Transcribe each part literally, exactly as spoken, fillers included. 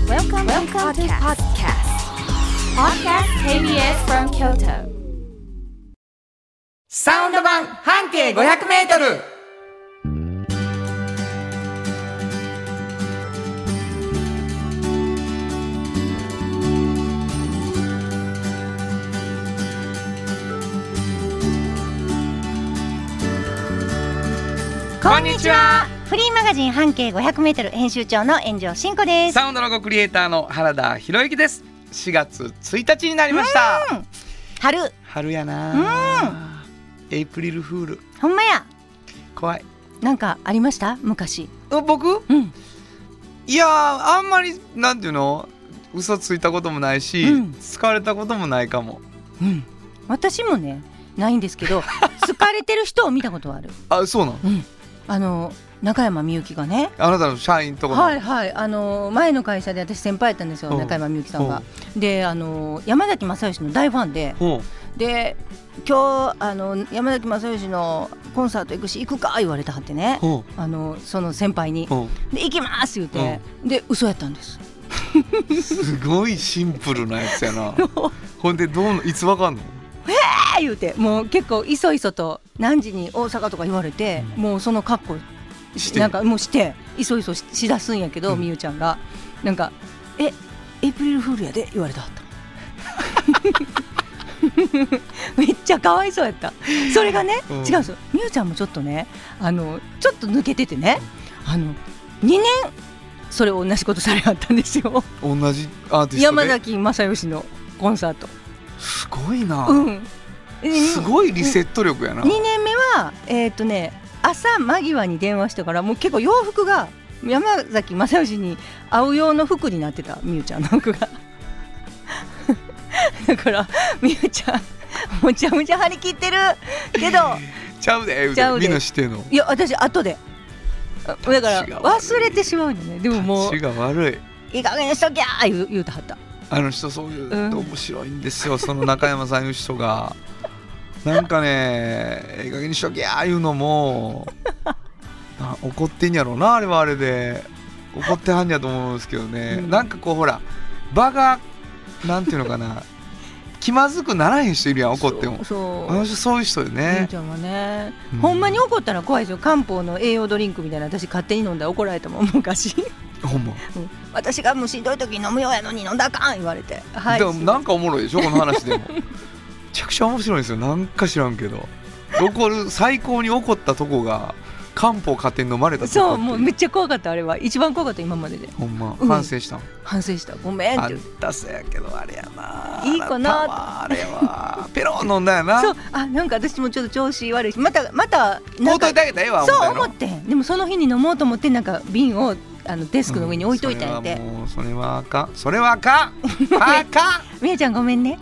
Welcome, Welcome to podcast. Podcast ケービーエス from Kyoto. サウンド版半径ごひゃくメートル。こんにちは。 フリーマガジン半径 ごひゃくメートル 編集長の炎上真子です。 サウンドロゴクリエイターの原田博之です。しがつついたちになりました。 春春やな。エイプリルフール。 ほんまや。 怖い。 なんかありました昔？ 僕、 うん、 いやあんまりなんていうの、嘘ついたこともないし、うん、使われたこともないかも、 うん、私もねないんですけど好かれてる人を見たことはある。 あ、そうなの、 うん、あの中山みゆきがね、 あなたの社員とかの、 はいはい、あの前の会社で私先輩やったんですよ、中山みゆきさんが。で、あの山崎正義の大ファンで、で今日あの山崎正義のコンサート行くし行くか言われたはってね、あのその先輩にで行きます言ってで嘘やったんです。 すごいシンプルなやつやな。ほんでどういつわかんの？ えー言うて、もう結構いそいそと何時に大阪とか言われて、うん、もうその格好なんかもうしていそいそ し, しだすんやけど、うん、みゆちゃんがなんかえエイプリルフールやで言われたはっためっちゃかわいそうやった。それがね、うん、違うんですよ。みゆちゃんもちょっとね、あのちょっと抜けててね、あのにねんそれ同じことされはったんですよ。 同じアーティストで山崎正義のコンサート。 すごいな、 うん、 すごいリセット力やな。 にねんめは、えーっとね、朝間際に電話してからもう結構洋服が山崎正義に合う用の服になってた、みゆちゃんの服がだからみゆちゃんむちゃむちゃ張り切ってるけどちゃうで、 ちゃうで、 みんな知ってんの？ いや私後でだから忘れてしまうのね。でももう立ちが悪い、 いい加減にしときゃー 言う、言うてはった。あの人そういうの面白いんですよ、うん、その中山さんいう人がなんかね、いい加減にしときゃー言うのもな、怒ってんやろうな、あれはあれで怒ってはんやと思うんですけどね、うん、なんかこうほら場がなんていうのかな気まずくならへん人いるやん、怒っても。そうそう、あの人そういう人でね。みゆちゃんはね、うん、ほんまに怒ったら怖いですよ。漢方の栄養ドリンクみたいな、私勝手に飲んだら怒られたもん昔ほんま、 うん、私がもうしんどい時に飲むようやのに飲んだらあかん言われて、 はい、でもなんかおもろいでしょこの話でもめちゃくちゃ面白いんですよ。なんか知らんけど怒る最高に怒ったとこが漢方勝手に飲まれたとこ。 そう、もうめっちゃ怖かった。あれは一番怖かった今までで。 ほんま、 うん、 反省したん？ 反省した、ごめんってあんたせやけどあれやな、 いいかなあれはペロン飲んだよなそう、あ、なんか私もちょっと調子悪いし、またまたもうといてあげたらええわ、 そう思ってん。でもその日に飲もうと思ってなんか瓶をあのデスクの上に置いといたんやって、 うん、それはもうそれはあかん、それはあかんあかんみやちゃんごめんね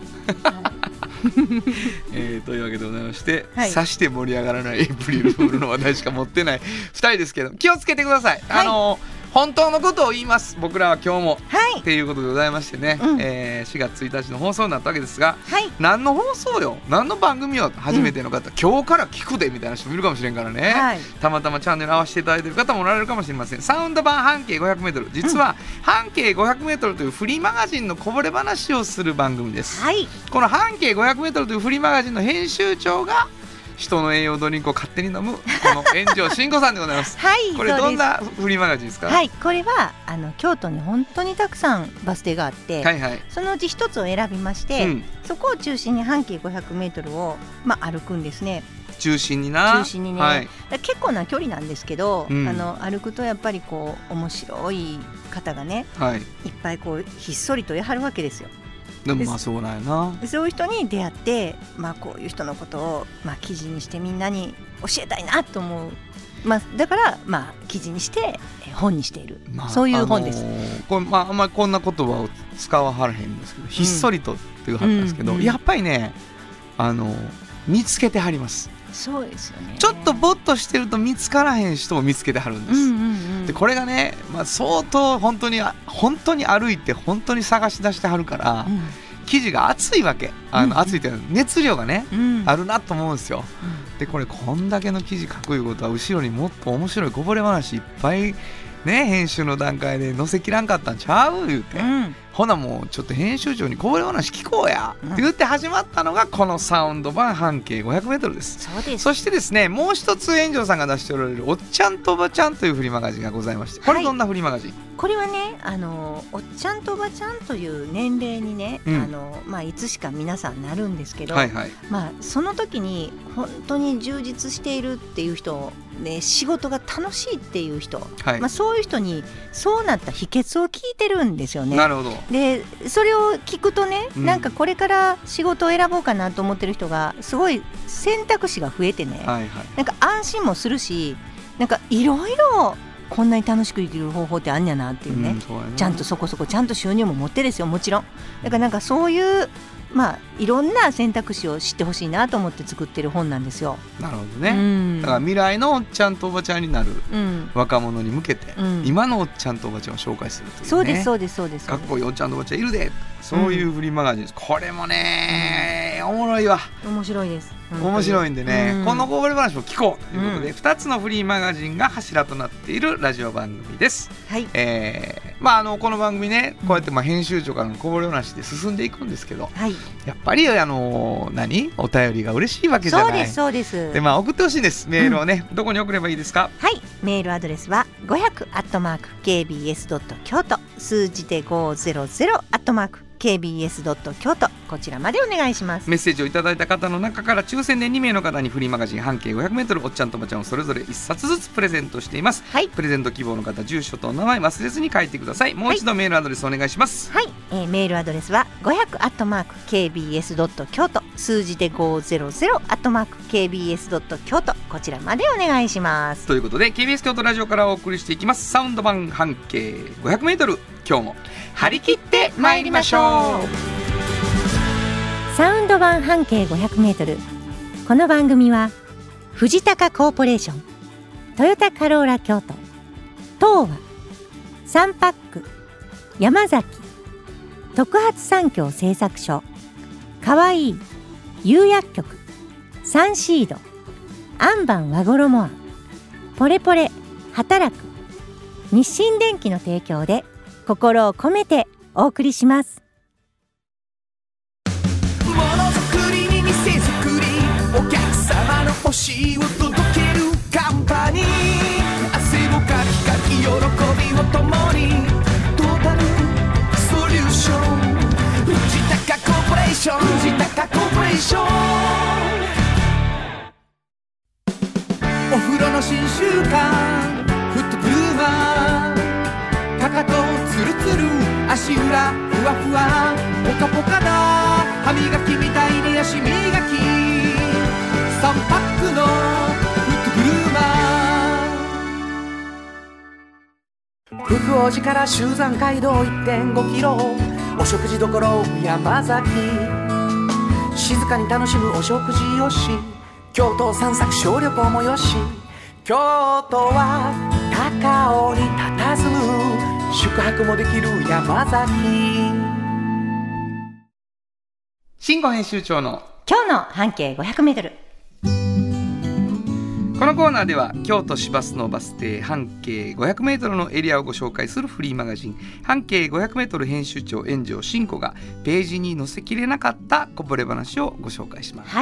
えー、というわけでございまして、はい、さして盛り上がらないエイプリルフールの話題しか持ってないふたりですけど、気をつけてください、はい、あの本当のことを言います僕らは今日も、はい、っていうことでございましてね、うん、えー、しがつついたちの放送になったわけですが、はい、何の放送よ、何の番組よ、初めての方、うん、今日から聞くでみたいな人もいるかもしれんからね、はい、たまたまチャンネル合わせていただいている方もおられるかもしれません。サウンド版半径 ごひゃくメートル、実は、うん、半径 ごひゃくメートル というフリーマガジンのこぼれ話をする番組です、はい、この半径 ごひゃくメートル というフリーマガジンの編集長が人の栄養ドリンクを勝手に飲むこの炎上真子さんでございますはい、これどんなフリーマガジンですか？ はい、これはあの京都に本当にたくさんバス停があって、はいはい、そのうち一つを選びまして、うん、そこを中心に半径 ごひゃくメートル を、まあ、歩くんですね。 中心にな中心にね、はい、結構な距離なんですけど、うん、あの歩くとやっぱりこう面白い方がね、はい、いっぱいこうひっそりとやはるわけですよ。 でもまあそうなんやな。 そういう人に出会って、まあ、こういう人のことを、まあ、記事にしてみんなに教えたいなと思う、まあ、だから、まあ、記事にして本にしている、まあ、そういう本です、あのーこれまあ、あんまりこんな言葉を使わはらへんんですけど、ひっそりとっていうはったんですけど、うんうん、やっぱりね、あのー、見つけてはります。 そうですよね。 ちょっとぼっとしてると見つからへん人も見つけてはるんです、うんうんうん、でこれがね、まあ、相当本当に本当に歩いて本当に探し出してはるから、うん、記事が熱いわけ、あの、うん、熱いっていうのは熱量がね、うん、あるなと思うんですよ、うん、でこれこんだけの記事書くいうことは後ろにもっと面白いこぼれ話いっぱいね、編集の段階で載せきらんかったんちゃう言うて、うん、ほなもうちょっと編集長にこういう話聞こうや、うん、って言って始まったのがこのサウンド版半径 ごひゃくメートル です。 そうです。 そしてですね、もう一つ炎上さんが出しておられるおっちゃんとおばちゃんというフリーマガジンがございまして、これどんなフリーマガジン？はい、 これはね、あのおっちゃんとおばちゃんという年齢にね、うん、あのまあ、いつしか皆さんなるんですけど、はいはい、まあ、その時に本当に充実しているっていう人、ね、仕事が楽しいっていう人、はい、まあ、そういう人にそうなった秘訣を聞いてるんですよね。 なるほど。 でそれを聞くとね、うん、なんかこれから仕事を選ぼうかなと思ってる人がすごい選択肢が増えてね、はいはい、なんか安心もするし、なんかいろいろこんなに楽しく生きる方法ってあんやなっていうね、うん、そうやね、ちゃんとそこそこちゃんと収入も持ってですよ、もちろん。だからなんかそういうまあ、いろんな選択肢を知ってほしいなと思って作ってる本なんですよ。 なるほどね、うん、だから未来のおっちゃんとおばちゃんになる若者に向けて、うん、今のおっちゃんとおばちゃんを紹介するというね。 そうですそうですそうです。 かっこいいおっちゃんとおばちゃんいるで、そういうフリーマガジンです、うん、これもね、うん、おもろいわ。 面白いです。 面白いんでね、うん、このこぼれ話も聞こうということで、うん、ふたつのフリーマガジンが柱となっているラジオ番組です。はい、えーまあ、あのこの番組ね、こうやってまあ編集長からのこぼれ話で進んでいくんですけど、はい、やっぱりあの何お便りが嬉しいわけじゃない。 そうですそうです。 で、まあ、送ってほしいです、メールをね、うん、どこに送ればいいですか？ はい、メールアドレスはごひゃくアットマーク ケービーエスドットキョウト、数字でごひゃくアットマークケービーエスドットキョウト、こちらまでお願いします。 メッセージをいただいた方の中から抽選でにめいの方にフリーマガジン半径 ごひゃくメートル おっちゃんとおばちゃんをそれぞれいっさつずつプレゼントしています、はい、プレゼント希望の方、住所とお名前忘れずに書いてください。もう一度メールアドレスお願いします。 はい、えー、メールアドレスはごひゃくアットマーク ケービーエスドットキョウト、数字でごひゃくアットマーク ケービーエスドットキョウト、こちらまでお願いします。 ということで ケービーエス 京都ラジオからお送りしていきますサウンド版半径 ごひゃくメートル、今日も張り切ってまいりましょう。 サウンド版半径 ごひゃくメートル、 この番組は藤高コーポレーション、トヨタカローラ京都、東和、サンパック、山崎、特発産業製作所、かわいい釉薬局、サンシード、アンバン和衣あん、ポレポレ働く、日清電機の提供で心を込めてお送りします。 お客様の欲しいを届けるカンパニー、汗をかきかき喜びを共にトータルソリューション、藤高コーポレーション、藤高コーポレーション。お風呂の新習慣フットグルーマー、かかとツルツル足裏ふわふわポカポカだ、歯磨きみたいに足磨き、さんパックのフットグルーマー、福王寺から集山街道 いってんごキロ、お食事処山崎、静かに楽しむお食事よし、京都散策小旅行もよし、京都は高尾に佇む宿泊もできる山崎。 新語編集長の今日の半径 ごひゃくメートル。 このコーナーでは京都市バスのバス停半径 ごひゃくメートル のエリアをご紹介するフリーマガジン半径 ごひゃくメートル 編集長炎上真子がページに載せきれなかったこぼれ話をご紹介します。 はい、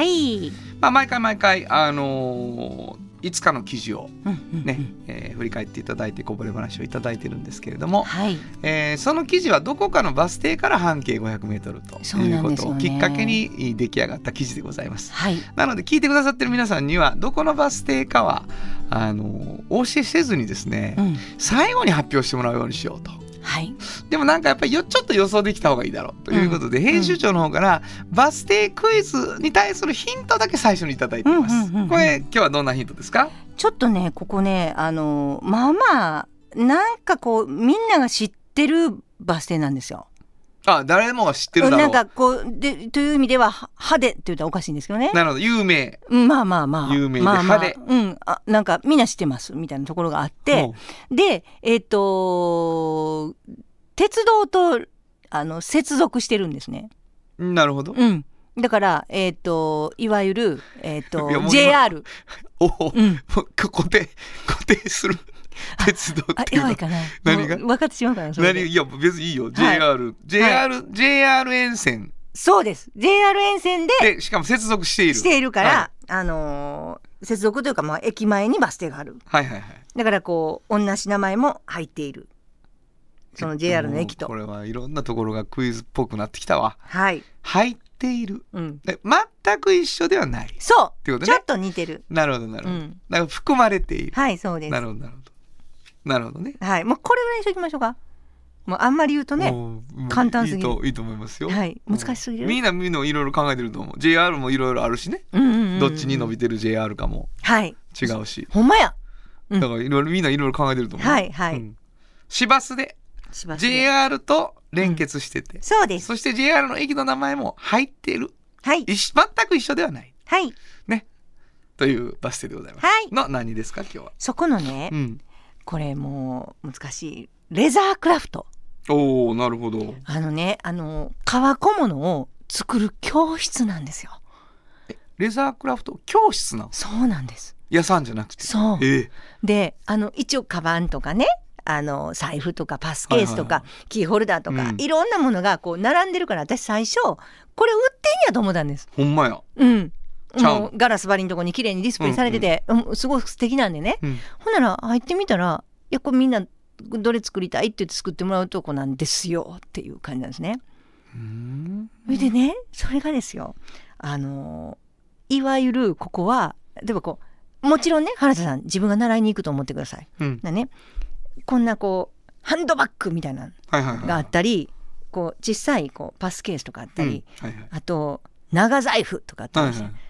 まあ、毎回毎回あのーいつかの記事を、ねえー、振り返っていただいてこぼれ話をいただいてるんですけれども、はいえー、その記事はどこかのバス停から半径 ごひゃくメートル ということをきっかけに出来上がった記事でございます、はい、なので聞いてくださってる皆さんにはどこのバス停かはあのお教えせずにですね、うん、最後に発表してもらうようにしようと。はい、でもなんかやっぱりよちょっと予想できた方がいいだろうということで、うん、編集長の方からバス停クイズに対するヒントだけ最初にいただいています、うんうんうんうん、これ今日はどんなヒントですか？ ちょっとねここねあのまあまあなんかこうみんなが知ってるバス停なんですよ。 あ、誰もが知ってるだろう。 なんかこうでという意味では派手って言ったらおかしいんですけどね。 なるほど、有名。 まあまあまあ有名で派手、 まあまあ、うんあなんかみんな知ってますみたいなところがあって、でえっ、ー、と鉄道とあの接続してるんですね。 なるほど、 うん、だからえっ、ー、といわゆる、えー、と ジェイアールおお、うん、固定固定する鉄道っていうのはやばいかな。 何が分かってしまうかな。それで何いや別にいいよ ジェイアール、はい、ジェイアール、はい、ジェイアール 沿線そうです ジェイアール 沿線ででしかも接続しているしているから、 はい、 あのー、接続というか、まあ、駅前にバス停がある、 はいはいはい、 だからこう同じ名前も入っているその ジェイアール の駅と。 これはいろんなところがクイズっぽくなってきたわ。 はい入っている、 うん、 で全く一緒ではないそうってことね。 ちょっと似てる。 なるほどなるほど、 うん、 だから含まれている。 はいそうです。 なるほどなるほどなるほどね。 はいもうこれぐらいにしておきましょうか。もうあんまり言うとね簡単すぎる。 いいといいと思いますよ。 はい難しすぎる。 みんなみんないろいろ考えてると思う。 ジェイアール もいろいろあるしね、うんうんうんうん、どっちに伸びてる ジェイアール かも違うし、 ほんまや、 うん、だからいろいろみんないろいろ考えてると思う。 はいはい、うん、 市バスで ジェイアール と連結してて、 うん、そうです。 そして ジェイアール の駅の名前も入っている、 はい、 全く一緒ではない、 はいね、というバス停でございます、 はい、 の何ですか今日は。 そこのね、 うん、 これもう難しいレザークラフト。 おーなるほど。あのねあの革小物を作る教室なんですよ。 えレザークラフト教室なの？ そうなんです。 屋さんじゃなくて。 そう、 えー、 であの一応カバンとかねあの財布とかパスケースとか、はいはいはい、キーホルダーとか、うん、いろんなものがこう並んでるから、私最初これ売ってんやと思ったんです。 ほんまや。 うんもうガラス張りのとこに綺麗にディスプレイされてて、うんうん、すごく素敵なんでね、うん、ほんなら入ってみたらいやこれみんなどれ作りたいって言って作ってもらうとこなんですよっていう感じなんですね。 うーんそれでねそれがですよあのいわゆるここは例えばこうもちろんね原田さん自分が習いに行くと思ってください、うん、だねこんなこうハンドバッグみたいなのがあったり、はいはいはい、こう小さいこうパスケースとかあったり、うんはいはい、あと長財布とかあったりして、はいはい、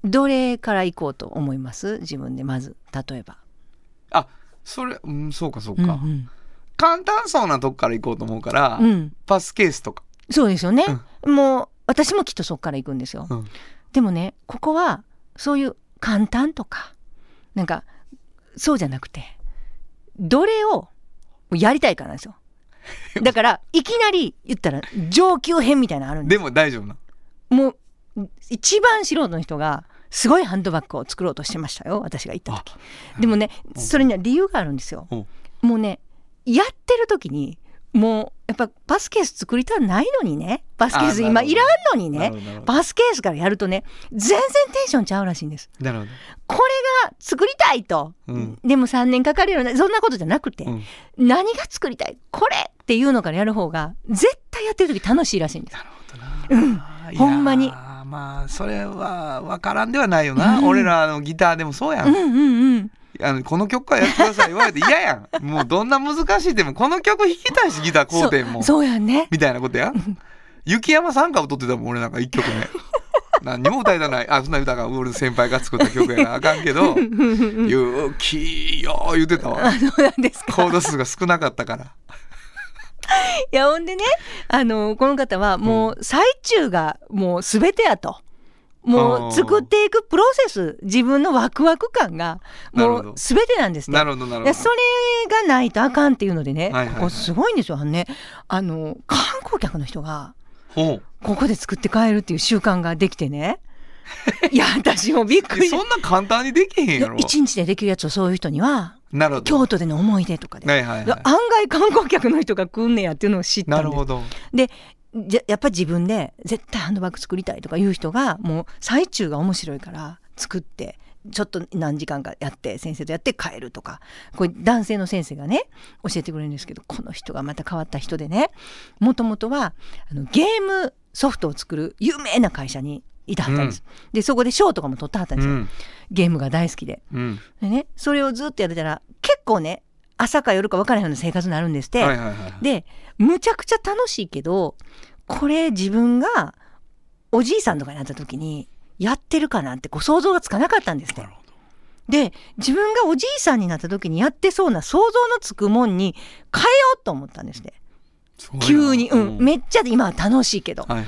どれから行こうと思います？自分でまず例えば。 あそれ、うん、そうかそうか、うんうん、簡単そうなとこから行こうと思うから、うん、パスケースとか。 そうですよね、うん、もう私もきっとそこから行くんですよ、うん、でもねここはそういう簡単とかなんかそうじゃなくてどれをやりたいかなんですよ。だからいきなり言ったら上級編みたいなのあるんです。 でも大丈夫なもう一番素人の人がすごいハンドバッグを作ろうとしてましたよ私が行った時。でもねそれには理由があるんですよ。もうねやってる時にもうやっぱパスケース作りたくないのにねパスケース今いらんのにねパスケースからやるとね全然テンションちゃうらしいんです。 なるほど。 これが作りたいと、うん、でもさんねんかかるようなそんなことじゃなくて、うん、何が作りたいこれっていうのからやる方が絶対やってる時楽しいらしいんです。 なるほどな、うん、 ほんまにまあそれは分からんではないよな、うん、俺らのギターでもそうやん、 うんうんうん、 あのこの曲からやってください言われて嫌やんもうどんな難しいでもこの曲弾きたいしギター工程もそ, そうやんねみたいなことや雪山さんか歌ってたもん俺なんかいっきょくめ何にも歌いたないあそんな歌が俺の先輩が作った曲やなあかんけど雪よ言ってたわ。 そうなんですか。 コード数が少なかったからいやほんでねあのこの方はもう最中がもう全てやと、もう作っていくプロセス自分のワクワク感がもう全てなんですね。 なるほどなるほど。 それがないとあかんっていうのでね、 はいはいはい、 ここすごいんですよね。あの観光客の人がここで作って帰るっていう習慣ができてねいや私もびっくり。 そんな簡単にできへんやろ。 一日でできるやつをそういう人にはなるほど京都での思い出とかで、 はいはいはい、 案外観光客の人が来んねやっていうのを知ったんです。 なるほど。 でじゃやっぱり自分で絶対ハンドバッグ作りたいとかいう人がもう最中が面白いから作ってちょっと何時間かやって先生とやって帰るとか、これ男性の先生がね教えてくれるんですけど、この人がまた変わった人でね、もともとはあのゲームソフトを作る有名な会社にいたはったんです、うん、でそこで賞とかも取ったはったんですよ、うん、ゲームが大好きで、うん、でねそれをずっとやってたら結構ね朝か夜か分からないような生活になるんですって、はいはいはい、でむちゃくちゃ楽しいけどこれ自分がおじいさんとかになった時にやってるかなってこう想像がつかなかったんですって。で自分がおじいさんになった時にやってそうな想像のつくもんに変えようと思ったんですね。急に、うん、めっちゃ今は楽しいけど、はいはい、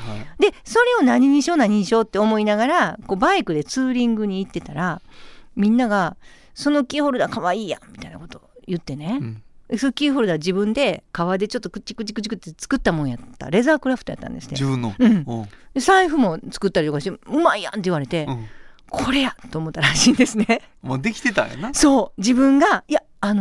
でそれを何にしよう何にしようって思いながらこうバイクでツーリングに行ってたらみんながそのキーホルダーかわいいやんみたいなことを言ってね、うん、そのキーホルダー自分で革でちょっとクチクチクチクって作ったもんやったレザークラフトやったんですね。 自分の、 うん、で財布も作ったりとかしてうまいやんって言われて、うん、これやと思ったらしいんですね。 もうできてたんやな。 そう自分がいやあのね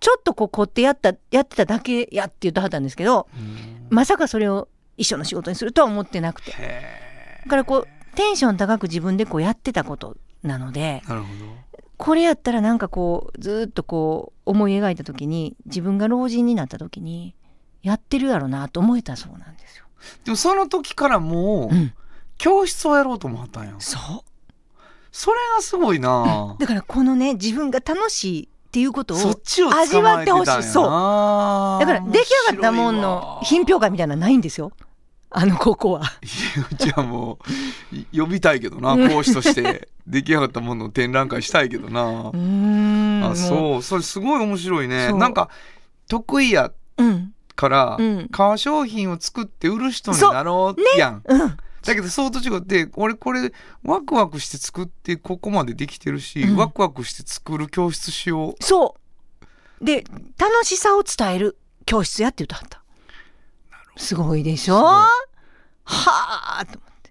ちょっとこう凝ってやったやってただけやって言ってはったんですけど、まさかそれを一緒の仕事にするとは思ってなくて、だからこうテンション高く自分でこうやってたことなので、 なるほど。 これやったらなんかこうずっとこう思い描いた時に、自分が老人になった時にやってるやろなと思えたそうなんですよ。 でもその時からもう、うん、教室をやろうと思ったんや。 そう。 それがすごいな、 うん、だからこのね、自分が楽しいっていうことを味わってほしい。 そう。だから出来上がったもんの品評会みたいなのないんですよ。あの高校は。 じゃあもう呼びたいけどな、講師として出来上がったものを展覧会したいけどな。うーん、あ、そう、それすごい面白いね。なんか得意やから、うん、革商品を作って売る人になろうやん。ね、うん、だけどそうと違って俺これワクワクして作ってここまでできてるし、うん、ワクワクして作る教室しよう。 そうで、楽しさを伝える教室やって言ってはった。すごいでしょ。はあと思って、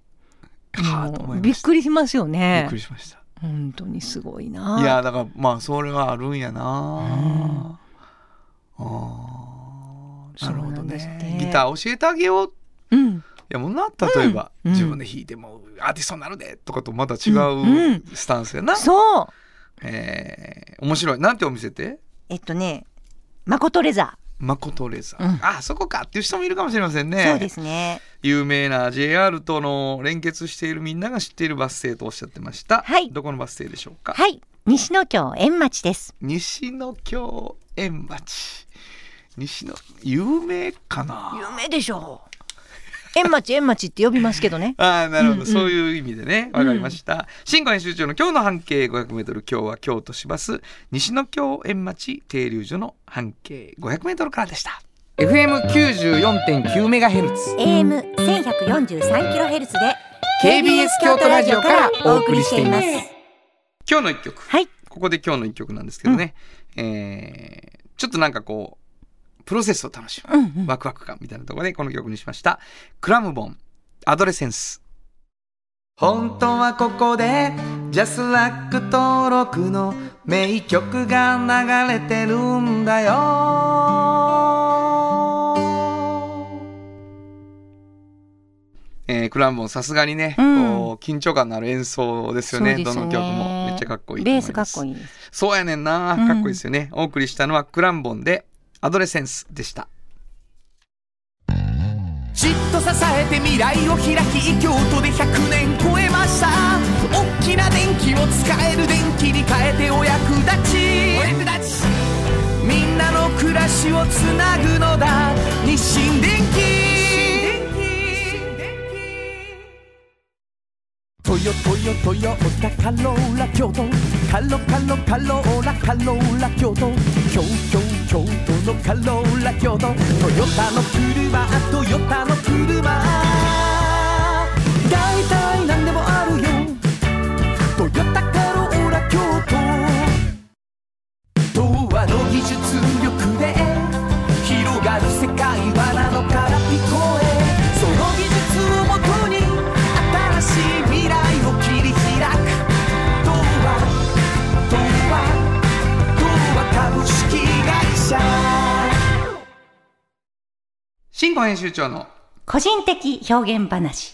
はあと思いました。びっくりしますよね。 びっくりしました。 本当にすごいな。 いやだからまあそれはあるんやな、うん、あ、なるほどね。ギター教えてあげよう、うん、いやもうな、例えば、うん、自分で弾いてもアーティストになるでとかとまた違うスタンスやな、うんうん、 そう、 えー、面白い。なんてお店って？ えっとね、誠レザー。 誠レザー、うん、あ、そこかっていう人もいるかもしれませんね。 そうですね。 有名な ジェイアール との連結しているみんなが知っているバス停とおっしゃってました、はい、どこのバス停でしょうか？ はい、西野京円町です。 西野京円町、西野、有名かな？ 有名でしょう。円町円町って呼びますけどね。 ああ、なるほど、うんうん、そういう意味でね、わかりました。新語編集長の今日の半径 ごひゃくメートル、今日は京都市バス西野京円町停留所の半径 ごひゃくメートル からでした。 エフエムきゅうじゅうよんてんきゅうメガヘルツ、 エーエムせんひゃくよんじゅうさんキロヘルツ でケービーエス 京都ラジオからお送りしています。今日の一曲、 はい、 ここで今日の一曲なんですけどね、うん、えー、ちょっとなんかこうプロセスを楽しむ、うんうん、ワクワク感みたいなところでこの曲にしました。クラムボン、アドレセンス。本当はここでジャスラック登録の名曲が流れてるんだよ。えー、クラムボンさすがにね、うん、こう緊張感のある演奏ですよ ね, ですね。どの曲もめっちゃかっこいいと思います。 ベースかっこいいです。 そうやねんな、かっこいいですよね、うん、お送りしたのはクラムボンでアドレセンスでした。 じっと支えて未来を開き、京都でひゃくねん超えました。大きな電気を使える電気に変えてお役立ち、お役立ち、みんなの暮らしをつなぐのだ、日清電気。トヨトヨトヨタカローラ京都、カロカロカローラカローラ京都、京京京都のカローラ京都、トヨタの車、トヨタの車、だいたいなんでもあるよ、トヨタカローラ京都。東和の技術力で広がる世界はなのから聞こえ、その技術をもとに新しい未来を切り開く、東和東和東和株式会社。 新語編集長の個人的表現話。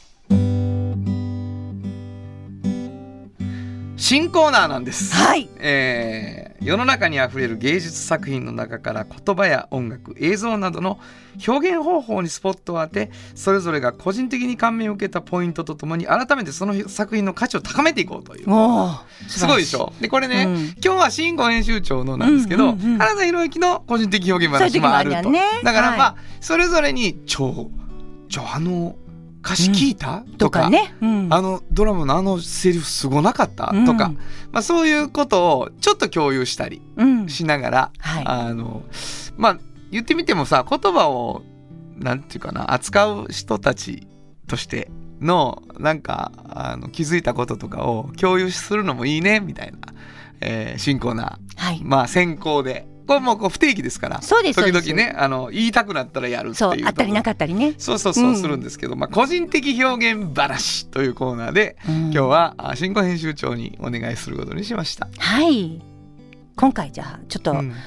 新コーナーなんです、 はい、 えー、世の中にあふれる芸術作品の中から言葉や音楽、映像などの表現方法にスポットを当て、それぞれが個人的に感銘を受けたポイントとともに改めてその作品の価値を高めていこうという。すごいでしょ。でこれね、うん、今日は新語編集長のなんですけど、うんうんうん、原田博之の個人的表現話もあると、ね、だからまあ、はい、それぞれにちょちょあの歌詞聞いた、うん、とか、とかね、うん、あのドラマのあのセリフすごなかった、うん、とか、まあ、そういうことをちょっと共有したりしながら、うん、はい、あのまあ言ってみてもさ、言葉をなんていうかな、扱う人たちとしてのなんかあの気づいたこととかを共有するのもいいねみたいな、えー、新コーナー、はい、まあ先行で。これもこう不定期ですから、 そうです時 々ね、あの言いたくなったらやるっていう、 そうあったりなかったりね、 そうそうそうするんですけど、うん、まあ、個人的表現話というコーナーで、うん、今日は新語編集長にお願いすることにしました。 はい、今回じゃあちょっと、うん、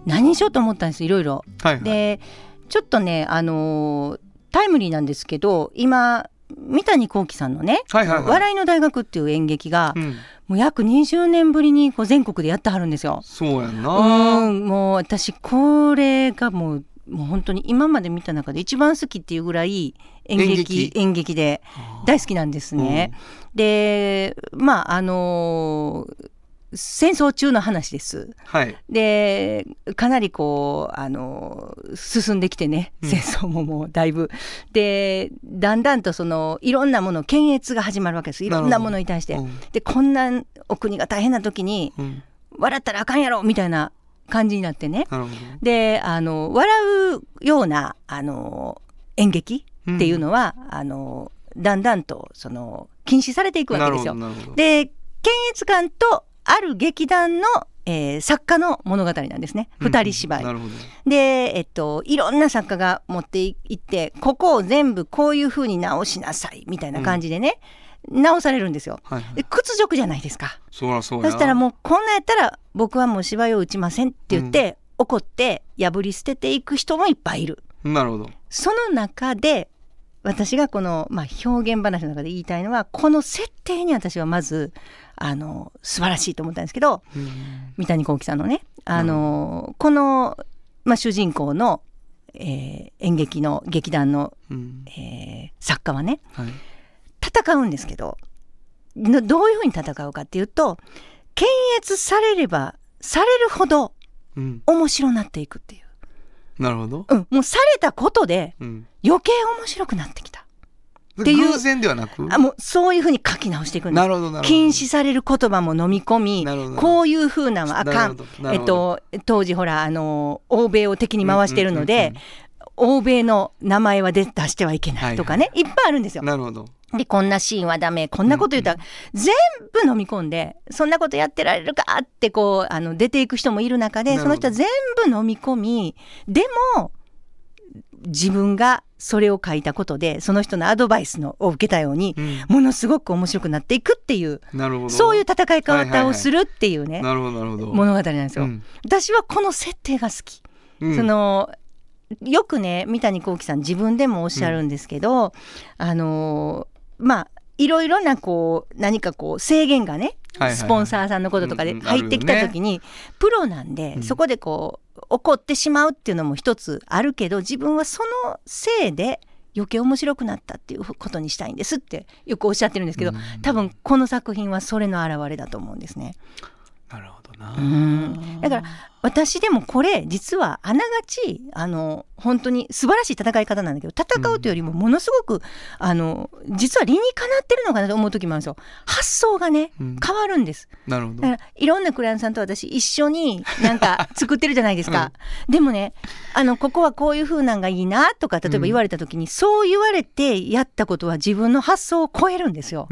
何しようと思ったんですいろいろ、 はいはい、 でちょっとね、あのー、タイムリーなんですけど今三谷幸喜さんのね、はいはいはい、笑いの大学っていう演劇が、うん、もう約にじゅうねんぶりにこう全国でやってはるんですよ。 そうやんな。 うん、もう私これがもうもう本当に今まで見た中で一番好きっていうぐらい演劇演劇、演劇で大好きなんですね。でまああのー戦争中の話です、 はい、 でかなりこうあの進んできてね、戦争ももうだいぶ、うん、でだんだんとそのいろんなもの検閲が始まるわけです。いろんなものに対して、うん、でこんなお国が大変な時に、うん、笑ったらあかんやろみたいな感じになってね、であの笑うようなあの演劇っていうのは、うん、あのだんだんとその禁止されていくわけですよ。で検閲官とある劇団の、えー、作家の物語なんですね。二人芝居、うん、なるほど。で、えっと、いろんな作家が持っていってここを全部こういう風に直しなさいみたいな感じでね、うん、直されるんですよ、はいはい、で屈辱じゃないですか。 そらそうや。 そしたらもうこんなんやったら僕はもう芝居を打ちませんって言って、うん、怒って破り捨てていく人もいっぱいいる。 なるほど。 その中で私がこの、まあ、表現話の中で言いたいのはこの設定に私はまずあの素晴らしいと思ったんですけど、うん、三谷幸喜さんのねあの、うん、この、まあ、主人公の、えー、演劇の劇団の、うんえー、作家はね、はい、戦うんですけどどういうふうに戦うかっていうと検閲されればされるほど面白なっていくっていう、 うん、なるほど、 うん、もうされたことで余計面白くなってきたっていう偶然ではなくあもうそういうふうに書き直していくんです。 なるほどなるほど。 禁止される言葉も飲み込みこういうふうなのはあかん、えっと、当時ほらあの欧米を敵に回してるので、うんうんうんうん、欧米の名前は出してはいけないとかね、はいはい、いっぱいあるんですよ。 なるほど。 でこんなシーンはダメこんなこと言ったら、うんうん、全部飲み込んでそんなことやってられるかってこうあの出ていく人もいる中でその人は全部飲み込みでも自分がそれを書いたことでその人のアドバイスのを受けたように、うん、ものすごく面白くなっていくっていうそういう戦い方をするっていうね物語なんですよ、うん、私はこの設定が好き、うん、そのよくね三谷幸喜さん自分でもおっしゃるんですけど、うん、あのまあいろいろなこう何かこう制限がね、はいはいはい、スポンサーさんのこととかで入ってきた時に、うんうんね、プロなんで、うん、そこでこう怒ってしまうっていうのも一つあるけど自分はそのせいで余計面白くなったっていうことにしたいんですってよくおっしゃってるんですけど、うん、多分この作品はそれの表れだと思うんですね。 なるほどな。 うんだから私でもこれ実はあながちあの本当に素晴らしい戦い方なんだけど戦うというよりもものすごく、うん、あの実は理にかなってるのかなと思う時もあるんですよ。発想がね、うん、変わるんです。 なるほど。 だからいろんなクライアントさんと私一緒になんか作ってるじゃないですか、うん、でもねあのここはこういう風なんがいいなとか例えば言われた時に、うん、そう言われてやったことは自分の発想を超えるんですよ、うん、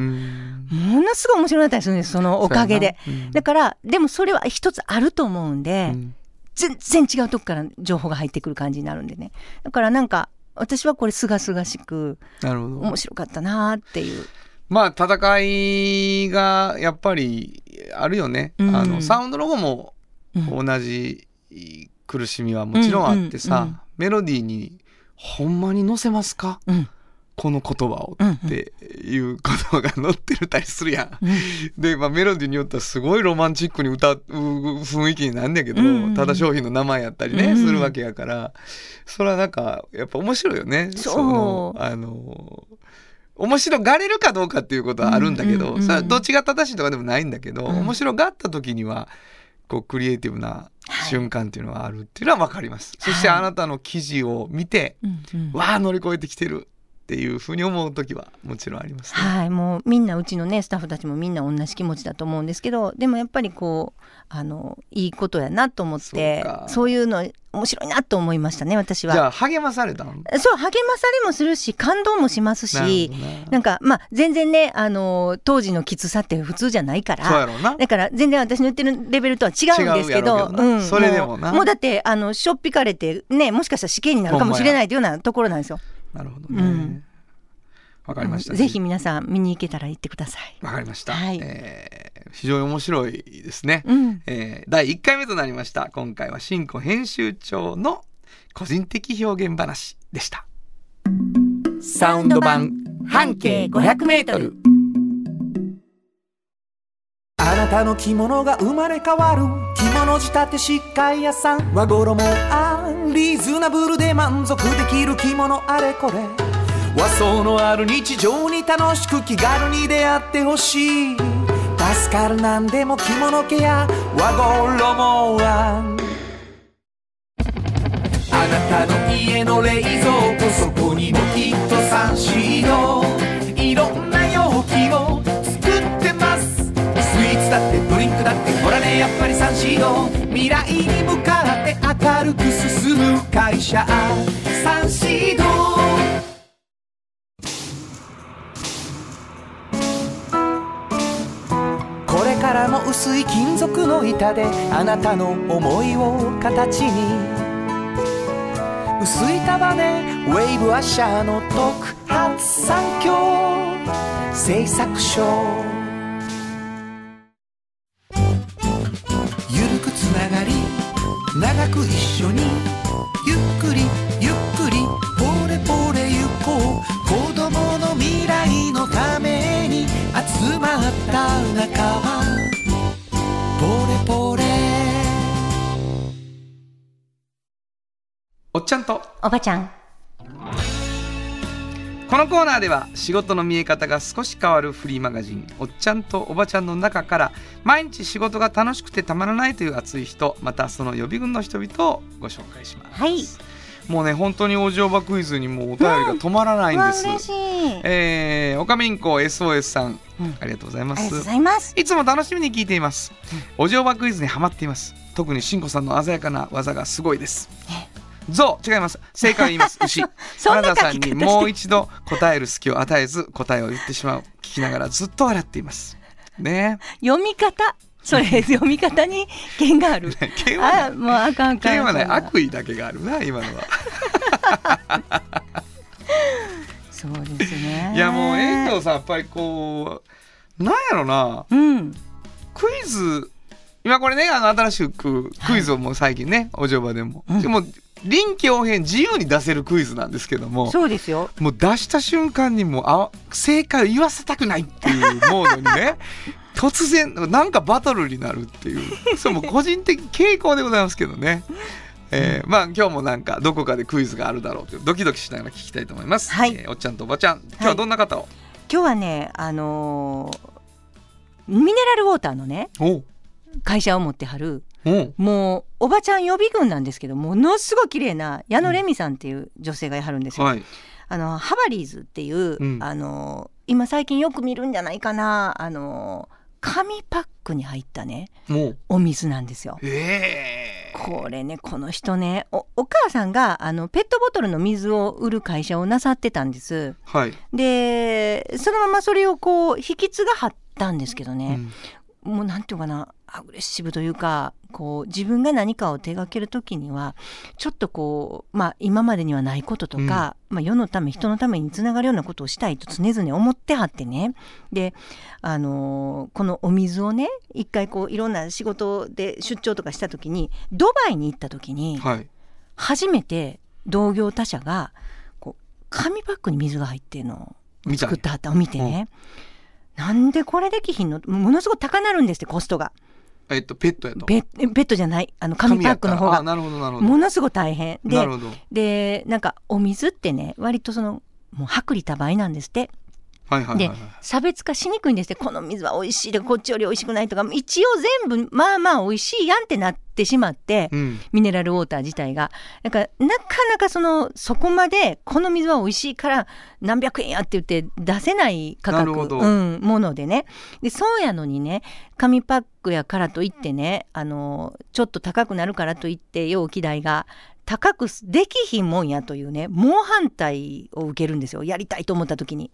ものすごい面白くなったりするんですそのおかげで、うん、だからでもそれは一つあると思うんで、うん全然違うとこから情報が入ってくる感じになるんでねだからなんか私はこれすがすがしく面白かったなっていう。 まあ戦いがやっぱりあるよね、うん、あのサウンドロゴも同じ苦しみはもちろんあってさ、うんうんうん、メロディーにほんまに乗せますか、うんこの言葉をっていう言葉が載ってるたりするやん、うん、で、まあ、メロディーによってはすごいロマンチックに歌う雰囲気になんだけど、うんうん、ただ商品の名前やったりね、うん、するわけやからそれはなんかやっぱ面白いよね。 そうそのあの面白がれるかどうかっていうことはあるんだけど、うんうんうん、それはどっちが正しいとかでもないんだけど、うん、面白がった時にはこうクリエイティブな瞬間っていうのがあるっていうのは分かります、はい、そしてあなたの記事を見て、はい、わあ乗り越えてきてるっていうふうに思う時はもちろんあります、ね、 はいもうみんなうちのねスタッフたちもみんな同じ気持ちだと思うんですけどでもやっぱりこうあのいいことやなと思ってそう、そういうの面白いなと思いましたね私は。 じゃあ励まされたの？ そう励まされもするし感動もしますし な, なんかまあ全然ねあの当時のきつさって普通じゃないからそうやろうなだから全然私の言ってるレベルとは違うんですけど、 うん、それでもなもうだってあのしょっぴかれてねもしかしたら死刑になるかもしれないというようなところなんですよ。 なるほどね、 うんわかりました、 ぜひ皆さん見に行けたら行ってください。 わかりました、 はい、 えー、非常に面白いですね、 うんえー、だいいっかいめとなりました。今回は新庫編集長の個人的表現話でした。 サウンド版半径ごひゃくメートル。あなたの着物が生まれ変わる着物仕立て疾患屋さん。和衣あリーズナブルで満足できる着物あれこれ。和装のある日常に楽しく気軽に出会ってほしい。助かるなんでも着物ケア和衣あん。あなたの家の冷蔵庫そこにもきっとサンシード。いろんな容器を作ってます。スイーツだってドリンクだってほらねやっぱりサンシード。未来に向かって明るく進む会社サンシード。これからも薄い金属の板であなたの思いを形に。薄い束ねウェーブアッシャーの特発産業製作所。ゆるくつながり長く一緒にゆっくりゆっくりポレポレ行こう。子供の未来のために集まった仲間ポレポレ。 おっちゃんとおばちゃん。 このコーナーでは仕事の見え方が少し変わるフリーマガジンおっちゃんとおばちゃんの中から毎日仕事が楽しくてたまらないという熱い人、またその予備軍の人々をご紹介します。 はい、 もうね本当におじおばクイズにもお便りが止まらないんです、 うん、嬉しい。 えー、おかみんこ エスオーエス さん、 うん、 ありがとうございます。 ありがとうございます。 いつも楽しみに聞いています、うん、おじおばクイズにハマっています。特にしんこさんの鮮やかな技がすごいです。ゾウ違います。正解を言います牛原田さんにもう一度答える隙を与えず答えを言ってしまう。聞きながらずっと笑っていますね。 読み方それ読み方に剣がある剣はない。 あもうあかんかん。 剣はない。悪意だけがあるな今のはそうですね。 いやもう遠藤さんやっぱりこうなんやろな、 うん、 クイズ今これねあの新しくクイズをもう最近ね、はい、おじょばでも、うん、でも臨機応変自由に出せるクイズなんですけども、 そうですよ。 もう出した瞬間にもうあ正解を言わせたくないっていうモードにね突然なんかバトルになるっていうそれも個人的傾向でございますけどね、えー、まあ今日もなんかどこかでクイズがあるだろうとドキドキしながら聞きたいと思います、 はい。 えー、おっちゃんとおばちゃん今日はどんな方を、はい、 今日はねあのー、ミネラルウォーターのね会社を持ってはるもうおばちゃん予備軍なんですけどものすごい綺麗な矢野レミさんっていう女性がいはるんですよ、はい、あのハバリーズっていう、うん、あの今最近よく見るんじゃないかなあの紙パックに入ったねお水なんですよ、えー、これねこの人ね お, お母さんがあのペットボトルの水を売る会社をなさってたんです、はい、でそのままそれをこう引き継がはったんですけどね、うん、もうなんていうかなアグレッシブというかこう自分が何かを手掛けるときにはちょっとこう、まあ、今までにはないこととか、うんまあ、世のため人のためにつながるようなことをしたいと常々思ってはってねで、あのー、このお水をね一回こういろんな仕事で出張とかしたときにドバイに行ったときに、はい、初めて同業他社がこう紙パックに水が入ってるのを作ってはったのを見てね、うん、なんでこれできひんのものすごく高なるんですってコストが。 えっと、ペットやとペペットじゃないあの紙パックの方がなるほどなるほどものすごい大変で、 なるほどでなんかお水ってね割とそのもう薄利多売なんですって、 はいはいはいはい、 で差別化しにくいんですってこの水は美味しいとかこっちより美味しくないとか一応全部まあまあ美味しいやんってなってしまって、うん、ミネラルウォーター自体がだからなかなかそのそこまでこの水は美味しいから何百円やって言って出せない価格、うん、ものでねでそうやのにね紙パックやからといってねあのちょっと高くなるからといって容器代が高くできひんもんやというね猛反対を受けるんですよやりたいと思った時に。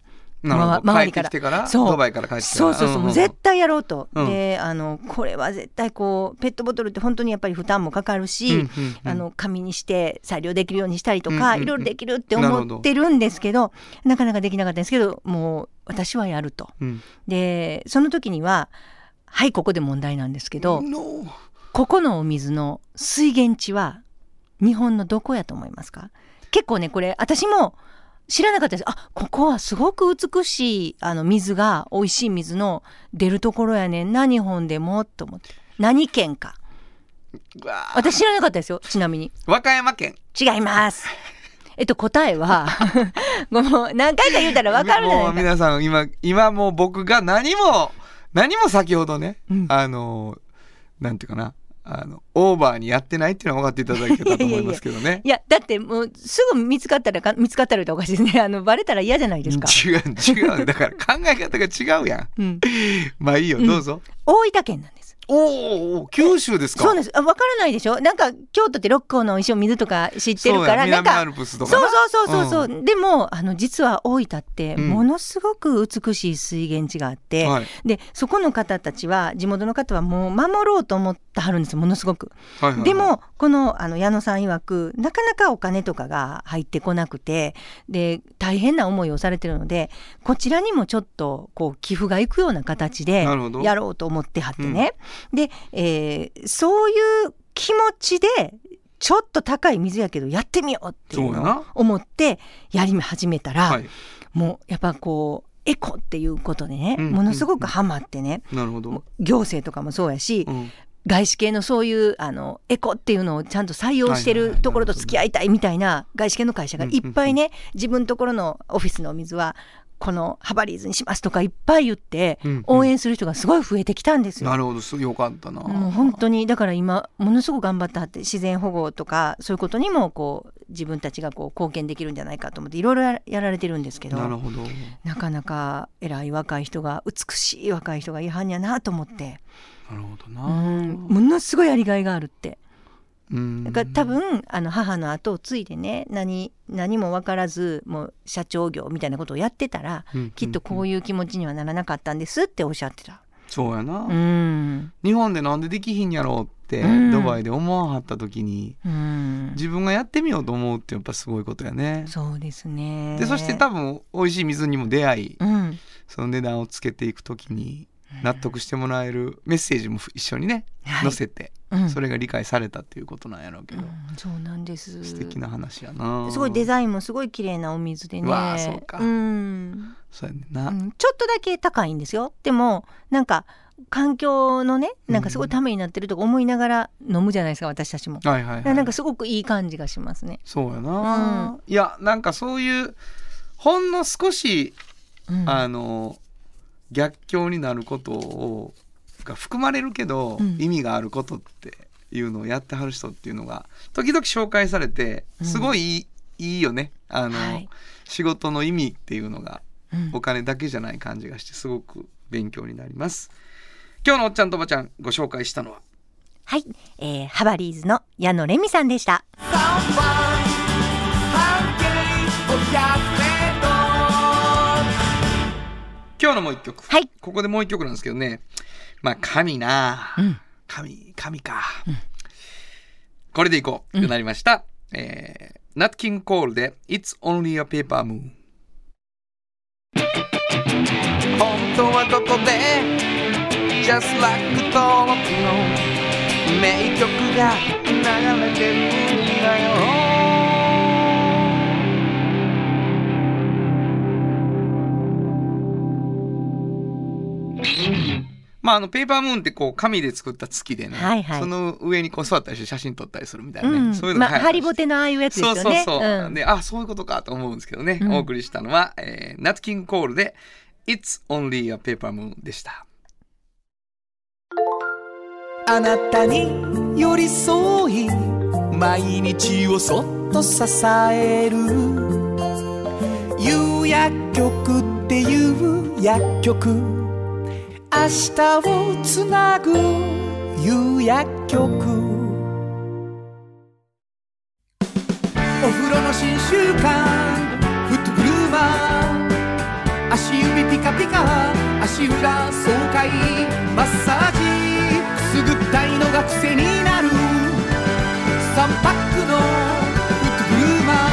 ま、周りから帰ってきてからドバイから帰ってきてからそうそうそう、うんうん、絶対やろうと、うん、であのこれは絶対こうペットボトルって本当にやっぱり負担もかかるし、うんうんうん、あの紙にして再利用できるようにしたりとか、うんうんうん、いろいろできるって思ってるんですけど、なかなかできなかったんですけど、もう私はやると、うん、でその時にははいここで問題なんですけど、no. ここのお水の水源地は日本のどこやと思いますか？結構ねこれ私も知らなかったです。あ、ここはすごく美しいあの水が美味しい水の出るところやねんな日本でもと思って、何県か私知らなかったですよ。ちなみに和歌山県。 違います。えっと答えはもう何回か言うたら分かるじゃないですか。 もう皆さん今今もう僕が何も何も先ほどね、うん、あのなんていうかな、あのオーバーにやってないっていうのは分かっていただけたと思いますけどね。 いやいやいや、いやだってもうすぐ見つかったらか見つかったらっておかしいですね。あのバレたら嫌じゃないですか。 違う違うだから考え方が違うやん、うん、まあいいよどうぞ、うん、 大分県なんです。 おお、九州ですか。 そうです。あ、分からないでしょ。なんか京都って六甲の石を水とか知ってるから、なんか南アルプスとかな。 そうそうそうそうそう、うん、でもあの実は大分ってものすごく美しい水源地があって、うん、でそこの方たちは地元の方はもう守ろうと思ってはるんですよ、ものすごく、はいはいはい、でもこの、あの矢野さん曰くなかなかお金とかが入ってこなくて、で大変な思いをされてるので、こちらにもちょっとこう寄付がいくような形でやろうと思ってはってね、うん、で、えー、そういう気持ちでちょっと高い水やけどやってみようっていうのを思ってやり始めたら、はい、もうやっぱこうエコっていうことでね、うん、ものすごくハマってね、 なるほど、 行政とかもそうやし、うん、外資系のそういうあのエコっていうのをちゃんと採用してるところと付き合いたいみたいな外資系の会社がいっぱいね、自分のところのオフィスのお水はこのハバリーズにしますとかいっぱい言って応援する人がすごい増えてきたんですよ、 うんうん、なるほど、すごいよかったな。 もう本当にだから今ものすごく頑張ってはって、自然保護とかそういうことにもこう自分たちがこう貢献できるんじゃないかと思っていろいろやられてるんですけど、 なるほど、 なかなか偉い若い人が、美しい若い人がいはんやなと思って、 なるほどな、 うん、ものすごいやりがいがあるって。だから多分あの母の後を継いでね、 何, 何も分からずもう社長業みたいなことをやってたら、うんうんうん、きっとこういう気持ちにはならなかったんですっておっしゃってた。 そうやな、 うん、 日本でなんでできひんやろうって、うん、ドバイで思わはった時に、うん、自分がやってみようと思うってやっぱすごいことやね。 そうですね。 でそして多分美味しい水にも出会い、うん、その値段をつけていく時に納得してもらえるメッセージも一緒にね、はい、載せて、うん、それが理解されたっていうことなんやろうけど、うん、 そうなんです。 素敵な話やな。 すごいデザインもすごい綺麗なお水でね。 わあ、そうか、 うん、 そうやねんな、 うん、ちょっとだけ高いんですよ。でもなんか環境のね、なんかすごいためになってるとか思いながら飲むじゃないですか、私たちも、はいはいはい、なんかすごくいい感じがしますね。 そうやな、うん、いやなんかそういうほんの少し、うん、あの逆境になることをが含まれるけど、うん、意味があることっていうのをやってはる人っていうのが時々紹介されてすごいいい、うん、いいよね。あの、はい、仕事の意味っていうのがお金だけじゃない感じがしてすごく勉強になります。今日のおっちゃんとおばちゃんご紹介したのは、 はい、えー、ハバリーズの矢野レミさんでした。 今日のもう一曲、 はい、 ここでもう一曲なんですけどね、まあ神な、うん、神神か、うん、これでいこうってなりました、うん、えー、ナットキングコールで It's Only a Paper Moon。 本当はどこで Just like 登録の名曲が流れてるんだよ。まあ、あのペーパームーンってこう紙で作った月でね、はいはい、その上にこう座ったりして写真撮ったりするみたいなね、うん、そういうのが、まあ、 ハリボテのああいうやつですよね。 そうそうそう、うん、であそういうことかと思うんですけどね、うん、お送りしたのは、えー、ナットキングコールで It's Only a Paper Moon でした。 あなたに寄り添い毎日をそっと支える夕薬局っていう薬局、明日をつなぐ夕薬局。お風呂の新習慣フットグルーマー、足足裏爽快マッサージくすぐったいのが癖になるさんパックのフットグルーマ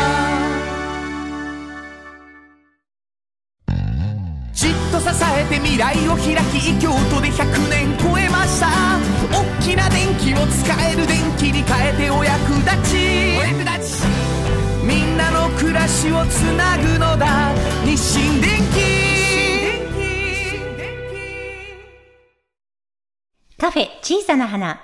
ーじっと支えて未来を開き京都でひゃくねん超えました大きな電気を使える電気に変えてお役立ちお役立ちみんなの暮らしをつなぐのだ日清電気カフェ小さな花。